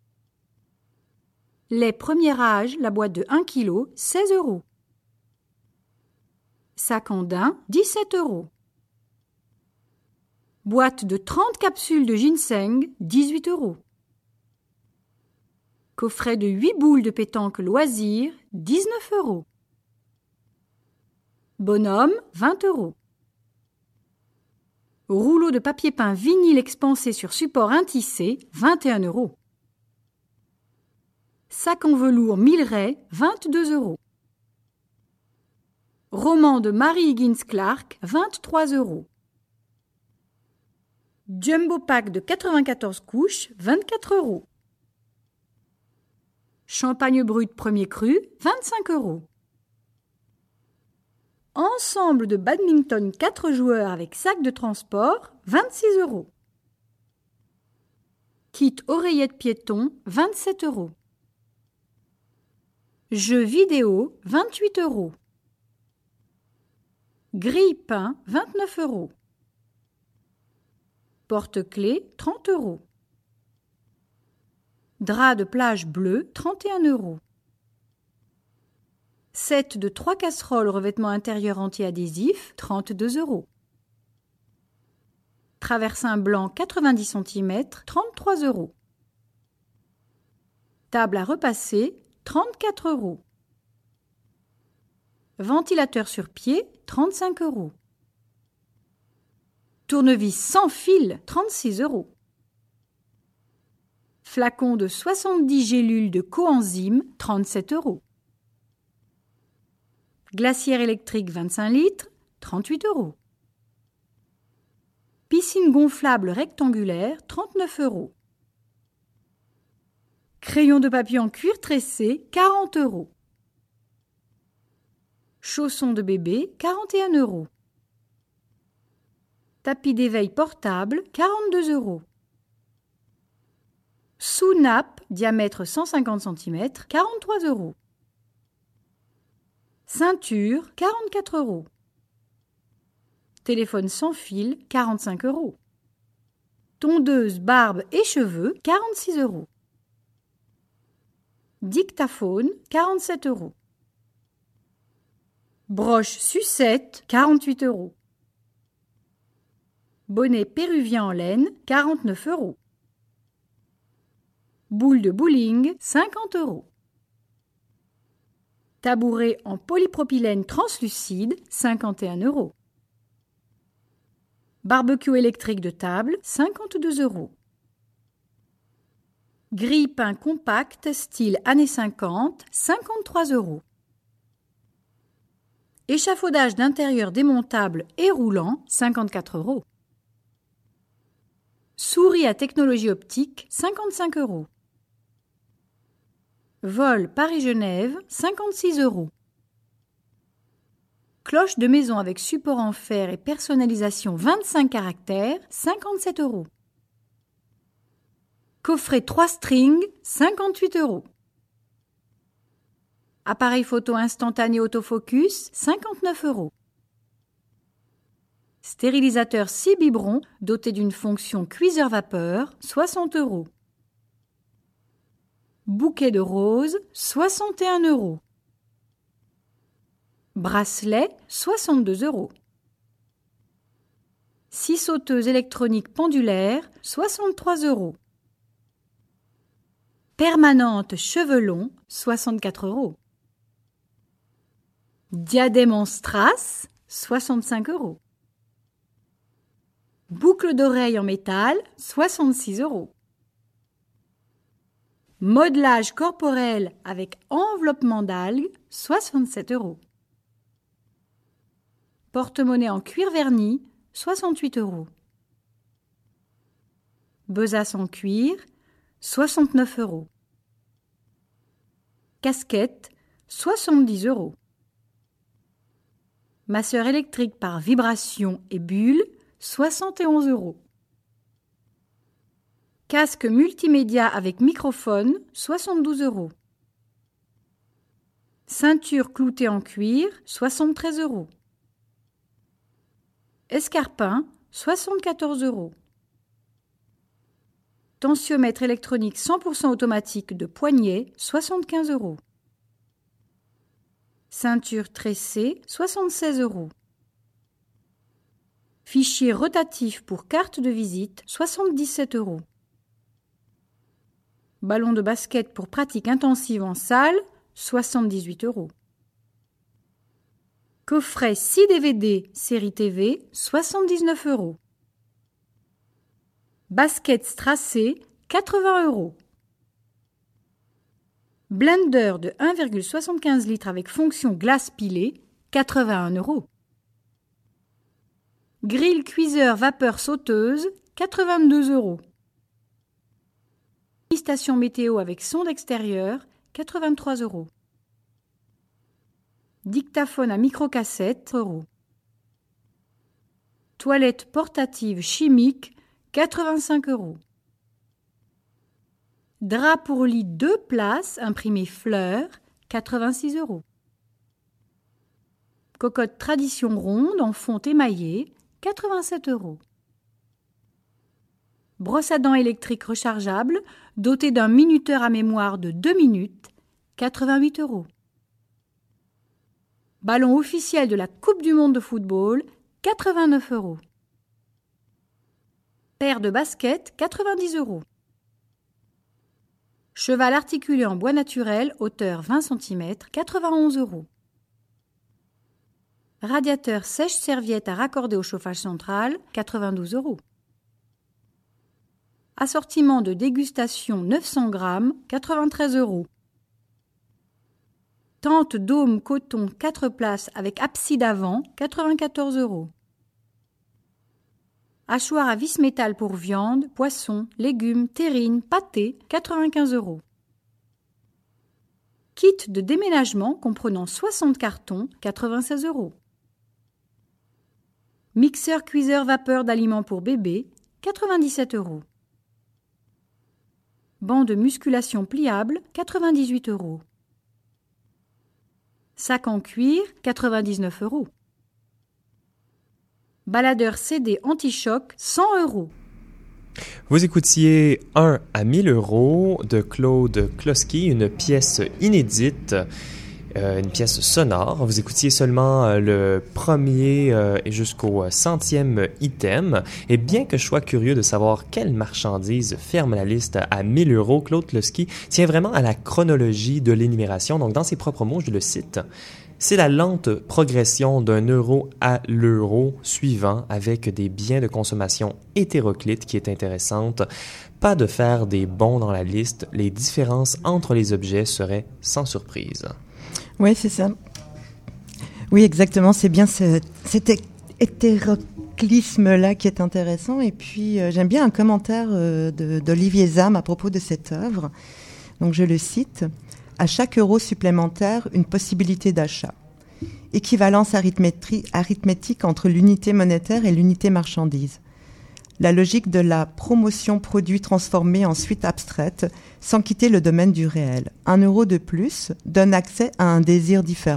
Lait premier âge, la boîte de 1 kg, 16 euros. Sac en daim, 17 euros. Boîte de 30 capsules de ginseng, 18 euros. Coffret de 8 boules de pétanque loisir, 19 euros. Bonhomme, 20 euros. Rouleau de papier peint vinyle expansé sur support intissé, 21 euros. Sac en velours Milleray, 22 euros. Roman de Mary Higgins Clark, 23 euros. Jumbo pack de 94 couches, 24 euros. Champagne brut premier cru, 25 euros. Ensemble de badminton 4 joueurs avec sac de transport, 26 euros. Kit oreillette piéton, 27 euros. Jeux vidéo, 28 euros. Grille pain, 29 euros. Porte-clés, 30 euros. Drap de plage bleu, 31 euros. Set de 3 casseroles revêtement intérieur anti-adhésif, 32 euros. Traversin blanc 90 cm, 33 euros. Table à repasser, 34 euros. Ventilateur sur pied, 35 euros. Tournevis sans fil, 36 euros. Flacon de 70 gélules de coenzyme, 37 euros. Glacière électrique 25 litres, 38 euros. Piscine gonflable rectangulaire, 39 euros. Crayon de papier en cuir tressé, 40 euros. Chaussons de bébé, 41 euros. Tapis d'éveil portable, 42 euros. Sous-nappe, diamètre 150 cm, 43 euros. Ceinture, 44 euros. Téléphone sans fil, 45 euros. Tondeuse, barbe et cheveux, 46 euros. Dictaphone, 47 euros. Broche sucette, 48 euros. Bonnet péruvien en laine, 49 euros. Boule de bowling, 50 euros. Tabouret en polypropylène translucide, 51 €. Barbecue électrique de table, 52 €. Grille-pain compact, style années 50, 53 €. Échafaudage d'intérieur démontable et roulant, 54 €. Souris à technologie optique, 55 €. Vol Paris-Genève, 56 €. Cloche de maison avec support en fer et personnalisation 25 caractères, 57 €. Coffret 3 strings, 58 €. Appareil photo instantané autofocus, 59 €. Stérilisateur 6 biberons doté d'une fonction cuiseur vapeur, 60 €. Bouquet de roses, 61 €. Bracelet, 62 €. Scie sauteuse électronique pendulaire, 63 €. Permanente cheveux longs, 64 €. Diadème en strass, 65 €. Boucle d'oreille en métal, 66 €. Modelage corporel avec enveloppement d'algues, 67 €. Porte-monnaie en cuir verni, 68 €. Besace en cuir, 69 €. Casquette, 70 €. Masseur électrique par vibration et bulle, 71 €. Casque multimédia avec microphone, 72 €. Ceinture cloutée en cuir, 73 €. Escarpin, 74 €. Tensiomètre électronique 100% automatique de poignet, 75 €. Ceinture tressée, 76 €. Fichier rotatif pour carte de visite, 77 €. Ballon de basket pour pratique intensive en salle, 78 €. Coffret 6 DVD série TV, 79 €. Basket strassé, 80 €. Blender de 1,75 litres avec fonction glace pilée, 81 €. Grill cuiseur vapeur sauteuse, 82 €. Station météo avec sonde extérieure, 83 €. Dictaphone à microcassette, €. Toilette portative chimique, 85 €. Drap pour lit 2 places, imprimé fleurs, 86 €. Cocotte tradition ronde en fonte émaillée, 87 €. Brosse à dents électrique rechargeable, dotée d'un minuteur à mémoire de 2 minutes, 88 €. Ballon officiel de la Coupe du monde de football, 89 €. Paire de baskets, 90 €. Cheval articulé en bois naturel, hauteur 20 cm, 91 €. Radiateur sèche-serviette à raccorder au chauffage central, 92 €. Assortiment de dégustation 900 grammes, 93 €. Tente dôme coton 4 places avec abside avant, 94 €. Hachoir à vis métal pour viande, poisson, légumes, terrine, pâté, 95 €. Kit de déménagement comprenant 60 cartons, 96 €. Mixeur cuiseur vapeur d'aliments pour bébé, 97 €. Banc de musculation pliable, 98 €. Sac en cuir, 99 €. Baladeur CD anti-choc, 100 €. Vous écoutiez 1 à 1000 € de Claude Kloski, une pièce inédite une pièce sonore. Vous écoutiez seulement le premier et jusqu'au 100e item. Et bien que je sois curieux de savoir quelle marchandise ferme la liste à 1 000 €, Claude Kloski tient vraiment à la chronologie de l'énumération. Donc, dans ses propres mots, je le cite. C'est la lente progression d'un euro à l'euro suivant avec des biens de consommation hétéroclites qui est intéressante. Pas de faire des bons dans la liste. Les différences entre les objets seraient sans surprise. Oui, c'est ça. Oui, exactement. C'est bien cet hétéroclisme-là qui est intéressant. Et puis, j'aime bien un commentaire d'Olivier Zam à propos de cette œuvre. Donc, je le cite. « À chaque euro supplémentaire, une possibilité d'achat. Équivalence arithmétique entre l'unité monétaire et l'unité marchandise. La logique de la promotion produit transformée ensuite abstraite, sans quitter le domaine du réel. 1 euro de plus donne accès à un désir différent. »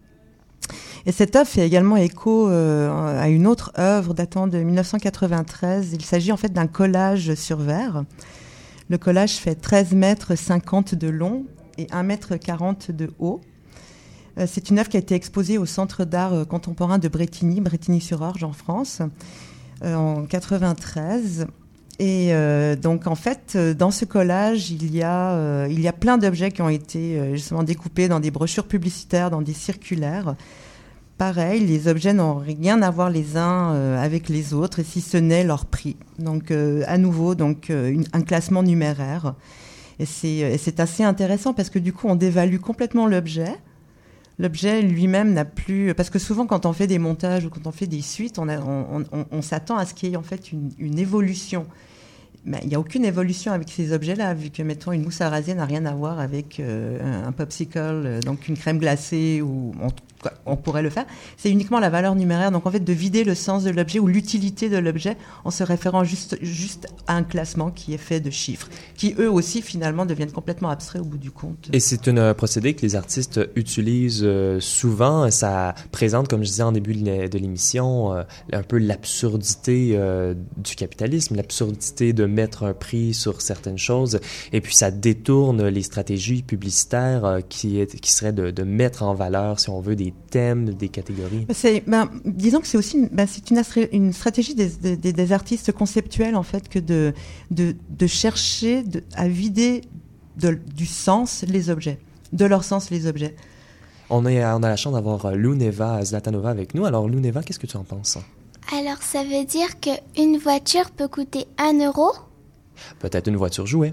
Et cette œuvre fait également écho à une autre œuvre datant de 1993. Il s'agit en fait d'un collage sur verre. Le collage fait 13,50 m de long et 1,40 m de haut. C'est une œuvre qui a été exposée au Centre d'art contemporain de Brétigny-sur-Orge en France, en 93. Et donc en fait, dans ce collage, il y a plein d'objets qui ont été justement découpés dans des brochures publicitaires, dans des circulaires. Pareil, les objets n'ont rien à voir les uns avec les autres, si ce n'est leur prix. Donc à nouveau, un classement numéraire. Et c'est assez intéressant parce que du coup, on dévalue complètement l'objet. L'objet lui-même n'a plus... Parce que souvent, quand on fait des montages ou quand on fait des suites, on s'attend à ce qu'il y ait en fait une évolution. Mais il n'y a aucune évolution avec ces objets-là, vu que, mettons, une mousse à raser n'a rien à voir avec un popsicle, donc une crème glacée, ou on pourrait le faire. C'est uniquement la valeur numéraire. Donc, en fait, de vider le sens de l'objet ou l'utilité de l'objet en se référant juste à un classement qui est fait de chiffres, qui, eux aussi, finalement, deviennent complètement abstraits au bout du compte. Et c'est un procédé que les artistes utilisent souvent. Ça présente, comme je disais en début de l'émission, un peu l'absurdité du capitalisme, l'absurdité de mettre un prix sur certaines choses, et puis ça détourne les stratégies publicitaires qui seraient de mettre en valeur, si on veut, des thèmes, des catégories. Disons que c'est aussi c'est une stratégie des artistes conceptuels, en fait, que de chercher à vider du sens les objets, de leur sens les objets. On a la chance d'avoir Luneva Zlatanova avec nous. Alors Luneva, qu'est-ce que tu en penses? Alors ça veut dire qu'une voiture peut coûter 1 euro? Peut-être une voiture jouet.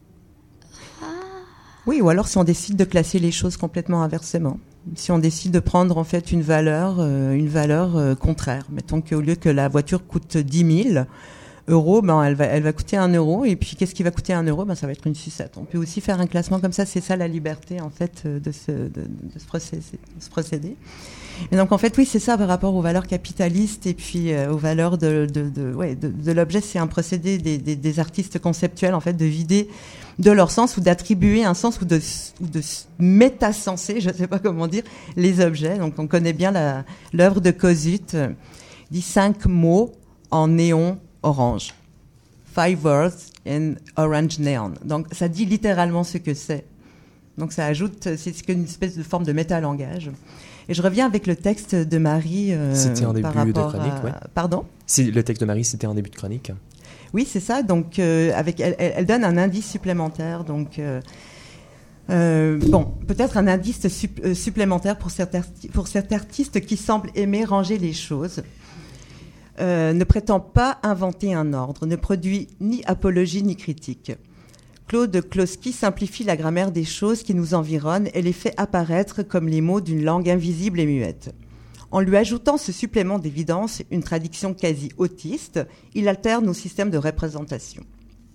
Oui, ou alors si on décide de classer les choses complètement inversement. Si on décide de prendre en fait une valeur contraire. Mettons qu'au lieu que la voiture coûte 10 000 €, elle va coûter 1 euro. Et puis qu'est-ce qui va coûter 1 euro? Ça va être une sucette. On peut aussi faire un classement comme ça. C'est ça la liberté en fait de ce procédé. Et donc en fait oui, c'est ça par rapport aux valeurs capitalistes et puis aux valeurs de l'objet. C'est un procédé des artistes conceptuels en fait de vider de leur sens ou d'attribuer un sens ou de métasenser, je ne sais pas comment dire, les objets. Donc on connaît bien l'œuvre de Kosuth, dit 5 mots en néon orange. 5 words in orange neon. Donc ça dit littéralement ce que c'est. Donc ça ajoute, c'est une espèce de forme de métalangage. Et je reviens avec le texte de Marie. C'était en début de chronique, oui. Pardon? Le texte de Marie, c'était en début de chronique. Oui, c'est ça. Donc, elle donne un indice supplémentaire. Donc, peut-être un indice supplémentaire pour cet artiste qui semble aimer ranger les choses. Ne prétend pas inventer un ordre, ne produit ni apologie ni critique. Claude Kloski simplifie la grammaire des choses qui nous environnent et les fait apparaître comme les mots d'une langue invisible et muette. En lui ajoutant ce supplément d'évidence, une traduction quasi autiste, il altère nos systèmes de représentation.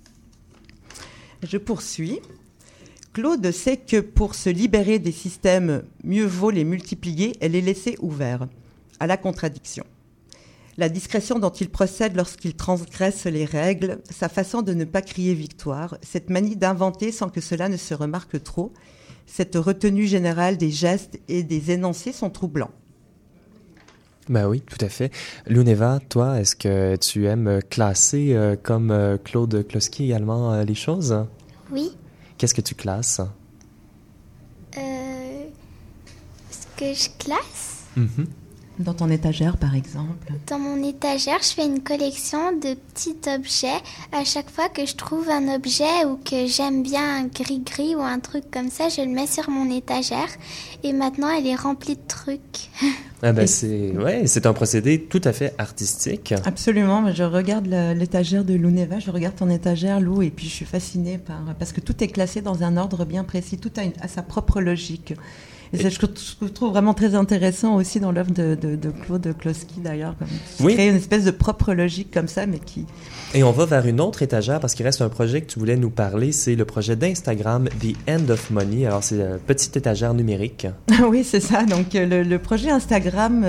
Je poursuis. Claude sait que pour se libérer des systèmes, mieux vaut les multiplier et les laisser ouverts à la contradiction. La discrétion dont il procède lorsqu'il transgresse les règles, sa façon de ne pas crier victoire, cette manie d'inventer sans que cela ne se remarque trop, cette retenue générale des gestes et des énoncés sont troublants. Ben oui, tout à fait. Luneva, toi, est-ce que tu aimes classer comme Claude Kloski également les choses? Oui. Qu'est-ce que tu classes? que je classe. Mhm. Dans ton étagère, par exemple. Dans mon étagère, je fais une collection de petits objets. À chaque fois que je trouve un objet ou que j'aime bien un gris-gris ou un truc comme ça, je le mets sur mon étagère. Et maintenant, elle est remplie de trucs. Ah ben c'est un procédé tout à fait artistique. Absolument. Je regarde l'étagère de Lou Neva, je regarde ton étagère, Lou, et puis je suis fascinée parce que tout est classé dans un ordre bien précis, tout a sa propre logique. Et ça, je trouve vraiment très intéressant aussi dans l'œuvre de Claude Kloski, d'ailleurs, qui crée une espèce de propre logique comme ça, mais qui... Et on va vers une autre étagère parce qu'il reste un projet que tu voulais nous parler, c'est le projet d'Instagram The End of Money. Alors, c'est une petite étagère numérique. Oui, c'est ça. Donc, le projet Instagram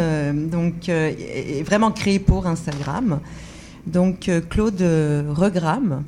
est vraiment créé pour Instagram. Donc, Claude regrame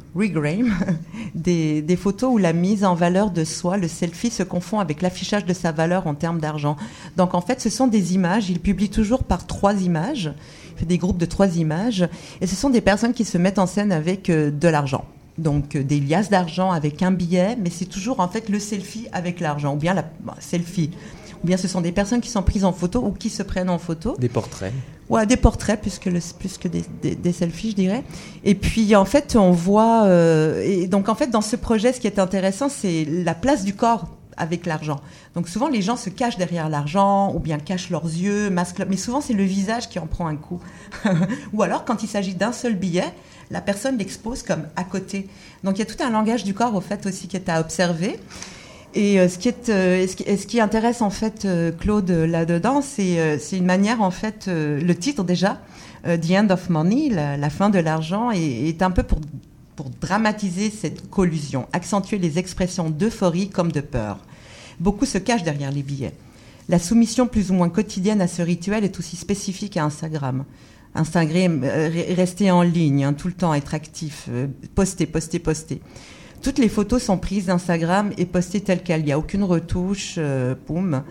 des photos où la mise en valeur de soi, le selfie, se confond avec l'affichage de sa valeur en termes d'argent. Donc, en fait, ce sont des images. Il publie toujours par 3 images. Il fait des groupes de 3 images. Et ce sont des personnes qui se mettent en scène avec de l'argent. Donc, des liasses d'argent avec un billet, mais c'est toujours, en fait, le selfie avec l'argent. Ou bien selfie. Ou bien ce sont des personnes qui sont prises en photo ou qui se prennent en photo. Des portraits. Ouais, des portraits plus que des selfies, je dirais. Et puis, en fait, on voit... et donc, en fait, dans ce projet, ce qui est intéressant, c'est la place du corps avec l'argent. Donc, souvent, les gens se cachent derrière l'argent ou bien cachent leurs yeux, masquent... Mais souvent, c'est le visage qui en prend un coup. Ou alors, quand il s'agit d'un seul billet, la personne l'expose comme à côté. Donc, il y a tout un langage du corps, au fait, aussi, qui est à observer. Et ce qui intéresse en fait Claude là-dedans, c'est une manière en fait, le titre déjà, The End of Money, la fin de l'argent, est un peu pour dramatiser cette collusion, accentuer les expressions d'euphorie comme de peur. Beaucoup se cachent derrière les billets. La soumission plus ou moins quotidienne à ce rituel est aussi spécifique à Instagram. Instagram, rester en ligne, tout le temps, être actif, poster. Toutes les photos sont prises d'Instagram et postées telles quelles. Il n'y a aucune retouche, boum.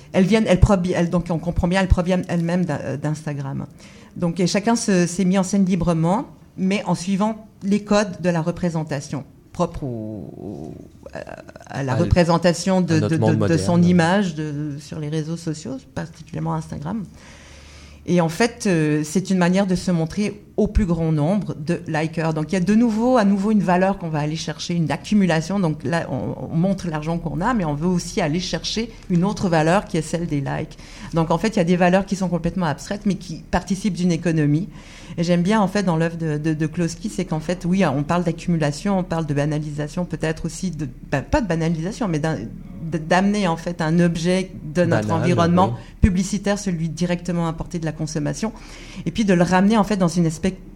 Donc on comprend bien, elles proviennent elles-mêmes d'Instagram. Donc chacun s'est mis en scène librement, mais en suivant les codes de la représentation, propre à la représentation de son image sur les réseaux sociaux, particulièrement Instagram. Et en fait, c'est une manière de se montrer au plus grand nombre de likers. Donc, il y a à nouveau une valeur qu'on va aller chercher, une accumulation. Donc là, on montre l'argent qu'on a, mais on veut aussi aller chercher une autre valeur qui est celle des likes. Donc, en fait, il y a des valeurs qui sont complètement abstraites, mais qui participent d'une économie. Et j'aime bien, en fait, dans l'œuvre de Kloski, c'est qu'en fait, oui, on parle d'accumulation, on parle de banalisation, peut-être aussi pas de banalisation, mais d'amener en fait un objet de notre environnement publicitaire, celui directement importé de la consommation, et puis de le ramener en fait dans une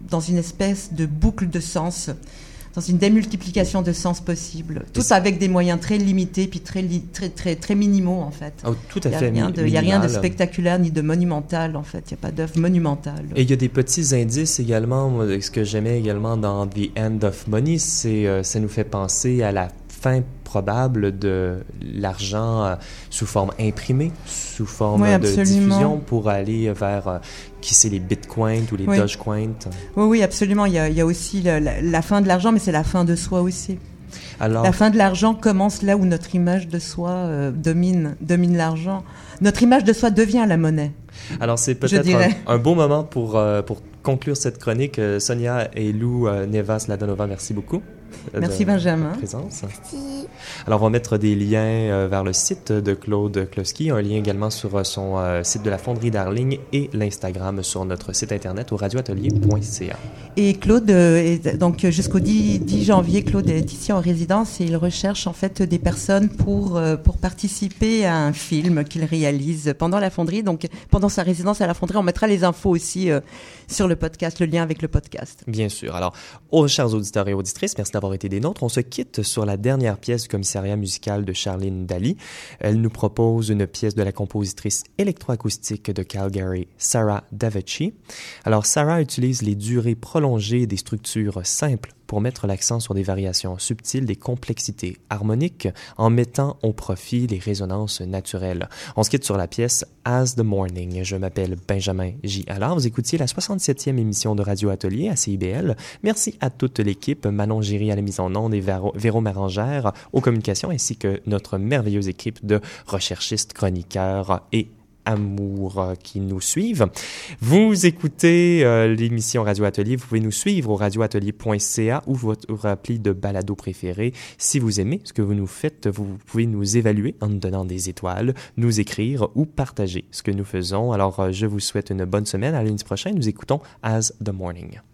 espèce de boucle de sens, dans une démultiplication de sens possible, tout avec des moyens très limités puis très minimaux en fait. Oh, tout à fait. Il n'y a rien de spectaculaire ni de monumental en fait. Il n'y a pas d'œuvre monumentale. Et il y a des petits indices également. Moi, ce que j'aimais également dans The End of Money, ça nous fait penser à la fin probable de l'argent sous forme imprimée, sous forme de diffusion pour aller vers, qui sait, les bitcoins ou les dogecoins. Oui, absolument. Il y a aussi la fin de l'argent, mais c'est la fin de soi aussi. Alors, la fin de l'argent commence là où notre image de soi domine l'argent. Notre image de soi devient la monnaie. Alors, c'est peut-être un beau moment pour conclure cette chronique. Sonia et Lou Neva-Sladanova, merci beaucoup. Merci Benjamin. Présence. Merci. Alors, on va mettre des liens vers le site de Claude Kloski, un lien également sur son site de la Fonderie Darling et l'Instagram sur notre site internet au radioatelier.ca. Et Claude, donc jusqu'au 10 janvier, Claude est ici en résidence et il recherche en fait des personnes pour participer à un film qu'il réalise pendant la Fonderie. Donc, pendant sa résidence à la Fonderie, on mettra les infos aussi sur le podcast, le lien avec le podcast. Bien sûr. Alors, chers auditeurs et auditrices, merci d'avoir été des nôtres. On se quitte sur la dernière pièce du commissariat musical de Charline Daly. Elle nous propose une pièce de la compositrice électroacoustique de Calgary, Sarah Daveci. Alors, Sarah utilise les durées prolongées des structures simples pour mettre l'accent sur des variations subtiles des complexités harmoniques en mettant au profit les résonances naturelles. On se quitte sur la pièce As the Morning. Je m'appelle Benjamin J. Allard. Vous écoutiez la 67e émission de Radio Atelier à CIBL. Merci à toute l'équipe, Manon Giry à la mise en onde et Véro Marangère aux communications, ainsi que notre merveilleuse équipe de recherchistes, chroniqueurs et amour qui nous suivent. Vous écoutez l'émission Radio Atelier. Vous pouvez nous suivre au radioatelier.ca ou votre appli de balado préféré. Si vous aimez ce que vous nous faites, vous pouvez nous évaluer en nous donnant des étoiles, nous écrire ou partager ce que nous faisons. Alors, je vous souhaite une bonne semaine. À lundi prochain, nous écoutons As the Morning.